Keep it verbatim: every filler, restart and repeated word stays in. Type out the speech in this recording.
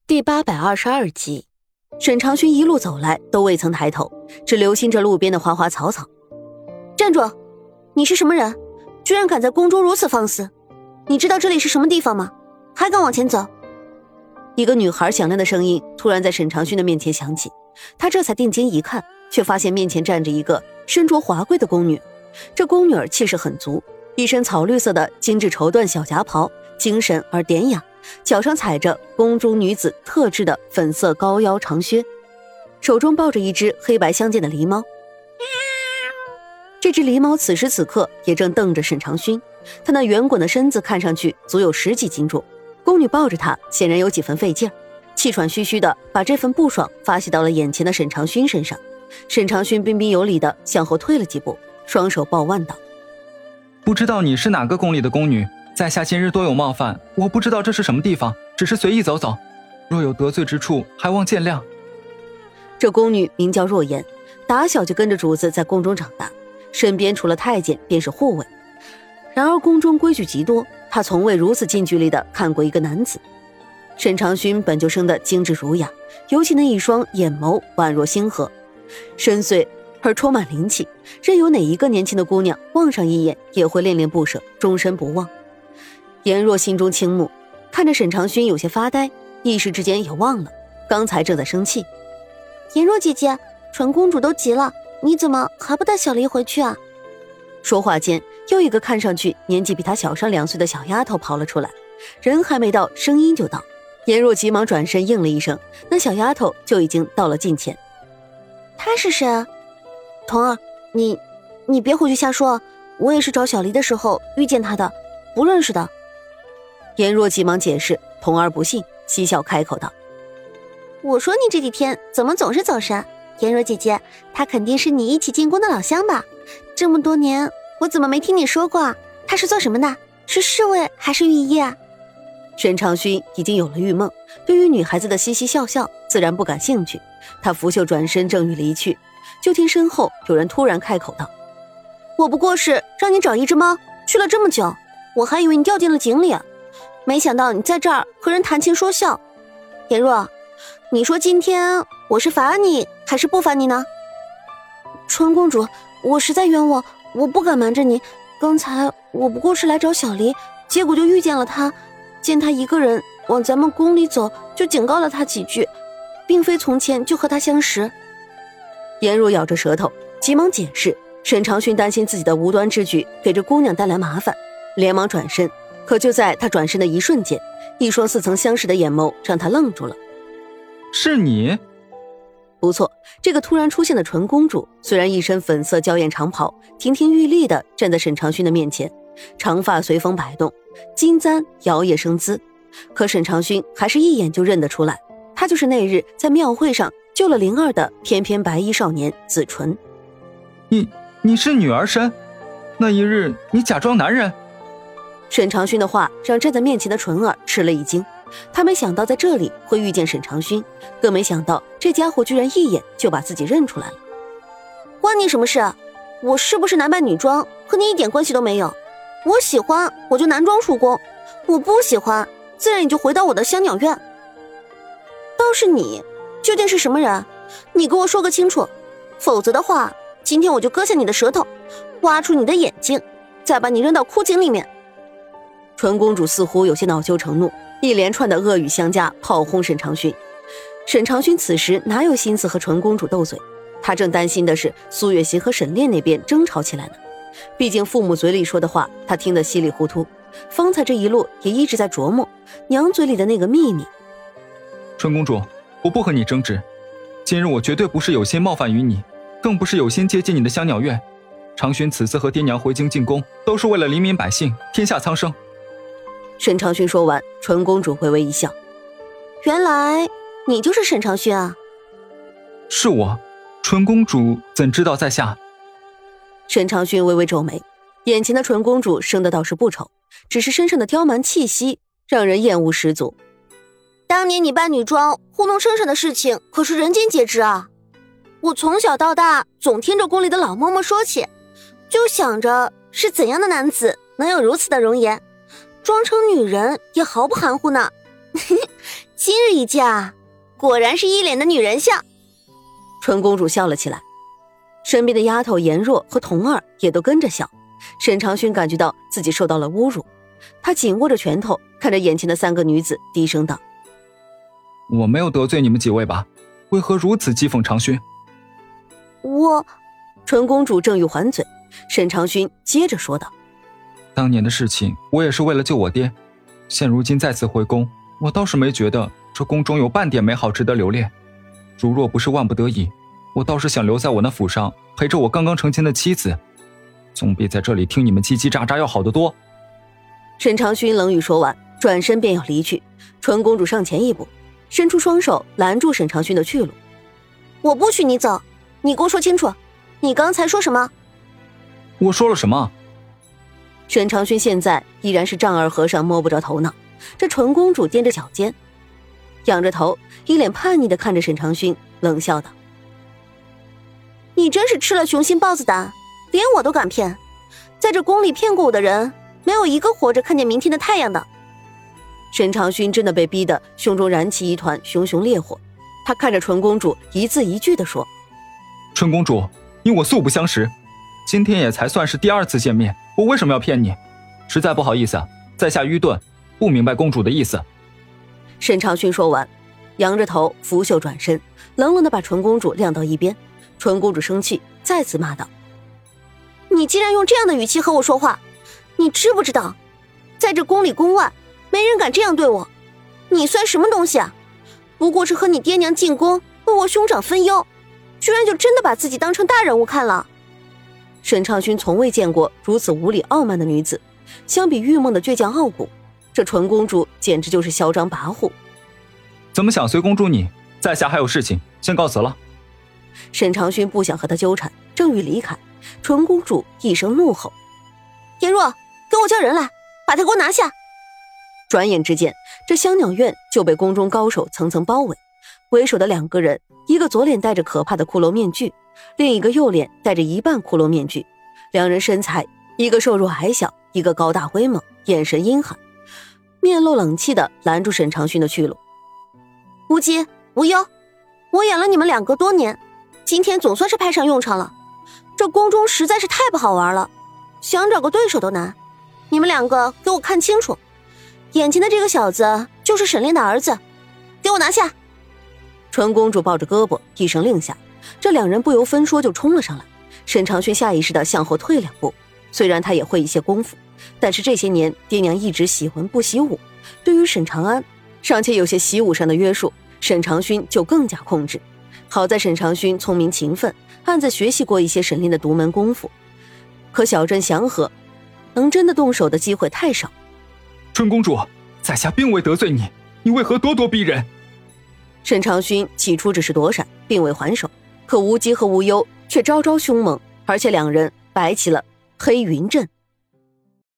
第八百二十二集，沈长勋一路走来都未曾抬头，只留心着路边的花花草草。站住！你是什么人？居然敢在宫中如此放肆！你知道这里是什么地方吗？还敢往前走？一个女孩响亮的声音突然在沈长勋的面前响起，他这才定睛一看，却发现面前站着一个身着华贵的宫女。这宫女儿气势很足，一身草绿色的精致绸缎小夹袍，精神而典雅，脚上踩着宫中女子特制的粉色高腰长靴，手中抱着一只黑白相间的狸猫。这只狸猫此时此刻也正瞪着沈长勋，他那圆滚的身子看上去足有十几斤重。宫女抱着他显然有几分费劲，气喘吁吁的把这份不爽发泄到了眼前的沈长勋身上。沈长勋彬彬有礼的向后退了几步，双手抱腕道： 不知道你是哪个宫里的宫女，在下今日多有冒犯，我不知道这是什么地方，只是随意走走，若有得罪之处还望见谅。 这宫女名叫若言，打小就跟着主子在宫中长大，身边除了太监便是护卫。然而宫中规矩极多，她从未如此近距离的看过一个男子。沈长勋本就生得精致儒雅，尤其那一双眼眸宛若星河，深邃而充满灵气，任有哪一个年轻的姑娘望上一眼也会恋恋不舍，终身不忘。颜若心中倾慕，看着沈长勋有些发呆，一时之间也忘了刚才正在生气。 颜若姐姐，纯公主都急了，你怎么还不带小离回去啊？ 说话间，又一个看上去年纪比她小上两岁的小丫头跑了出来，人还没到，声音就到。颜若急忙转身应了一声，那小丫头就已经到了近前。 她是谁啊？童儿，你你别回去瞎说，我也是找小离的时候遇见她的，不认识的。 颜若急忙解释，童儿不信，嬉笑开口道： 我说你这几天怎么总是走神？颜若姐姐，她肯定是你一起进宫的老乡吧？这么多年我怎么没听你说过？她是做什么的？是侍卫还是御医啊？ 沈长勋已经有了郁闷，对于女孩子的嘻嘻笑笑自然不感兴趣。他拂袖转身正欲离去，就听身后有人突然开口道： 我不过是让你找一只猫，去了这么久，我还以为你掉进了井里，没想到你在这儿和人谈情说笑。颜若，你说今天我是罚你还是不罚你呢？纯公主，我实在冤枉，我不敢瞒着你，刚才我不过是来找小离，结果就遇见了他，见他一个人往咱们宫里走，就警告了他几句，并非从前就和他相识。 颜若咬着舌头，急忙解释。沈长勋担心自己的无端之举给这姑娘带来麻烦，连忙转身。可就在他转身的一瞬间，一双似曾相识的眼眸让他愣住了。 是你？ 不错，这个突然出现的纯公主虽然一身粉色娇艳长袍，亭亭玉立地站在沈长勋的面前，长发随风摆动，金簪摇曳生姿，可沈长勋还是一眼就认得出来，她就是那日在庙会上救了灵儿的翩翩白衣少年子纯。 你你是女儿身？那一日你假装男人？ 沈长勋的话让站在面前的纯儿吃了一惊，他没想到在这里会遇见沈长勋，更没想到这家伙居然一眼就把自己认出来了。 关你什么事？我是不是男扮女装和你一点关系都没有，我喜欢我就男装出宫，我不喜欢自然也就回到我的香鸟院。倒是你究竟是什么人？你跟我说个清楚，否则的话今天我就割下你的舌头，挖出你的眼睛，再把你扔到枯井里面。 纯公主似乎有些恼羞成怒，一连串的恶语相加，炮轰沈长勋。沈长勋此时哪有心思和纯公主斗嘴，他正担心的是苏月心和沈炼那边争吵起来呢。毕竟父母嘴里说的话他听得稀里糊涂，方才这一路也一直在琢磨娘嘴里的那个秘密。 纯公主，我不和你争执，今日我绝对不是有心冒犯于你，更不是有心接近你的香鸟院。长勋此次和爹娘回京进宫，都是为了黎民百姓，天下苍生。 沈长勋说完，纯公主微微一笑： 原来你就是沈长勋啊？ 是我，纯公主怎知道在下？ 沈长勋微微皱眉，眼前的纯公主生得倒是不丑，只是身上的刁蛮气息让人厌恶十足。 当年你扮女装糊弄圣上的事情可是人尽皆知啊，我从小到大总听着宫里的老嬷嬷说起，就想着是怎样的男子能有如此的容颜，装成女人也毫不含糊呢。 今日一见啊，果然是一脸的女人相。 纯公主笑了起来，身边的丫头颜若和童儿也都跟着笑。沈长勋感觉到自己受到了侮辱，他紧握着拳头，看着眼前的三个女子，低声道： 我没有得罪你们几位吧？为何如此讥讽长勋？ 我……纯公主正欲还嘴，沈长勋接着说道： 当年的事情我也是为了救我爹，现如今再次回宫，我倒是没觉得这宫中有半点美好值得留恋。如若不是万不得已，我倒是想留在我那府上，陪着我刚刚成亲的妻子，总比在这里听你们叽叽喳喳要好得多。 沈长勋冷语说完，转身便要离去。纯公主上前一步，伸出双手拦住沈长勋的去路。 我不许你走，你给我说清楚，你刚才说什么？ 我说了什么？ 沈长勋现在依然是丈二和尚摸不着头脑，这纯公主踮着脚尖，仰着头，一脸叛逆地看着沈长勋，冷笑道： 你真是吃了雄心豹子胆，连我都敢骗。在这宫里骗过我的人，没有一个活着看见明天的太阳的。 沈长勋真的被逼得胸中燃起一团熊熊烈火，他看着纯公主，一字一句地说： 纯公主，因我素不相识，今天也才算是第二次见面，我为什么要骗你？实在不好意思，在下愚钝，不明白公主的意思。 沈长勋说完，扬着头拂袖转身，冷冷地把纯公主晾到一边。纯公主生气，再次骂道： 你竟然用这样的语气和我说话，你知不知道在这宫里宫外没人敢这样对我，你算什么东西啊？不过是和你爹娘进宫为我兄长分忧，居然就真的把自己当成大人物看了。 沈长勋从未见过如此无理傲慢的女子，相比玉梦的倔强傲骨，这纯公主简直就是嚣张跋扈。 怎么想随公主你？在下还有事情，先告辞了。 沈长勋不想和他纠缠，正欲离开，纯公主一声怒吼： 颜若，给我叫人来，把他给我拿下！ 转眼之间，这香鸟院就被宫中高手层层包围。为首的两个人，一个左脸戴着可怕的骷髅面具，另一个右脸戴着一半骷髅面具。两人身材，一个瘦弱矮小，一个高大威猛，眼神阴寒，面露冷气的拦住沈长勋的去路。 无极、无忧，我养了你们两个多年，今天总算是派上用场了。这宫中实在是太不好玩了，想找个对手都难。你们两个给我看清楚，眼前的这个小子就是沈炼的儿子，给我拿下！ 纯公主抱着胳膊，一声令下，这两人不由分说就冲了上来。沈长勋下意识地向后退两步，虽然他也会一些功夫，但是这些年爹娘一直喜文不习武，对于沈长安尚且有些习武上的约束，沈长勋就更加控制。好在沈长勋聪明勤奋，暗自学习过一些沈炼的独门功夫，可小镇祥和，能真的动手的机会太少。 春公主，在下并未得罪你，你为何咄咄逼人？ 沈长勋起初只是躲闪，并未还手，可无极和无忧却招招凶猛，而且两人摆起了黑云阵。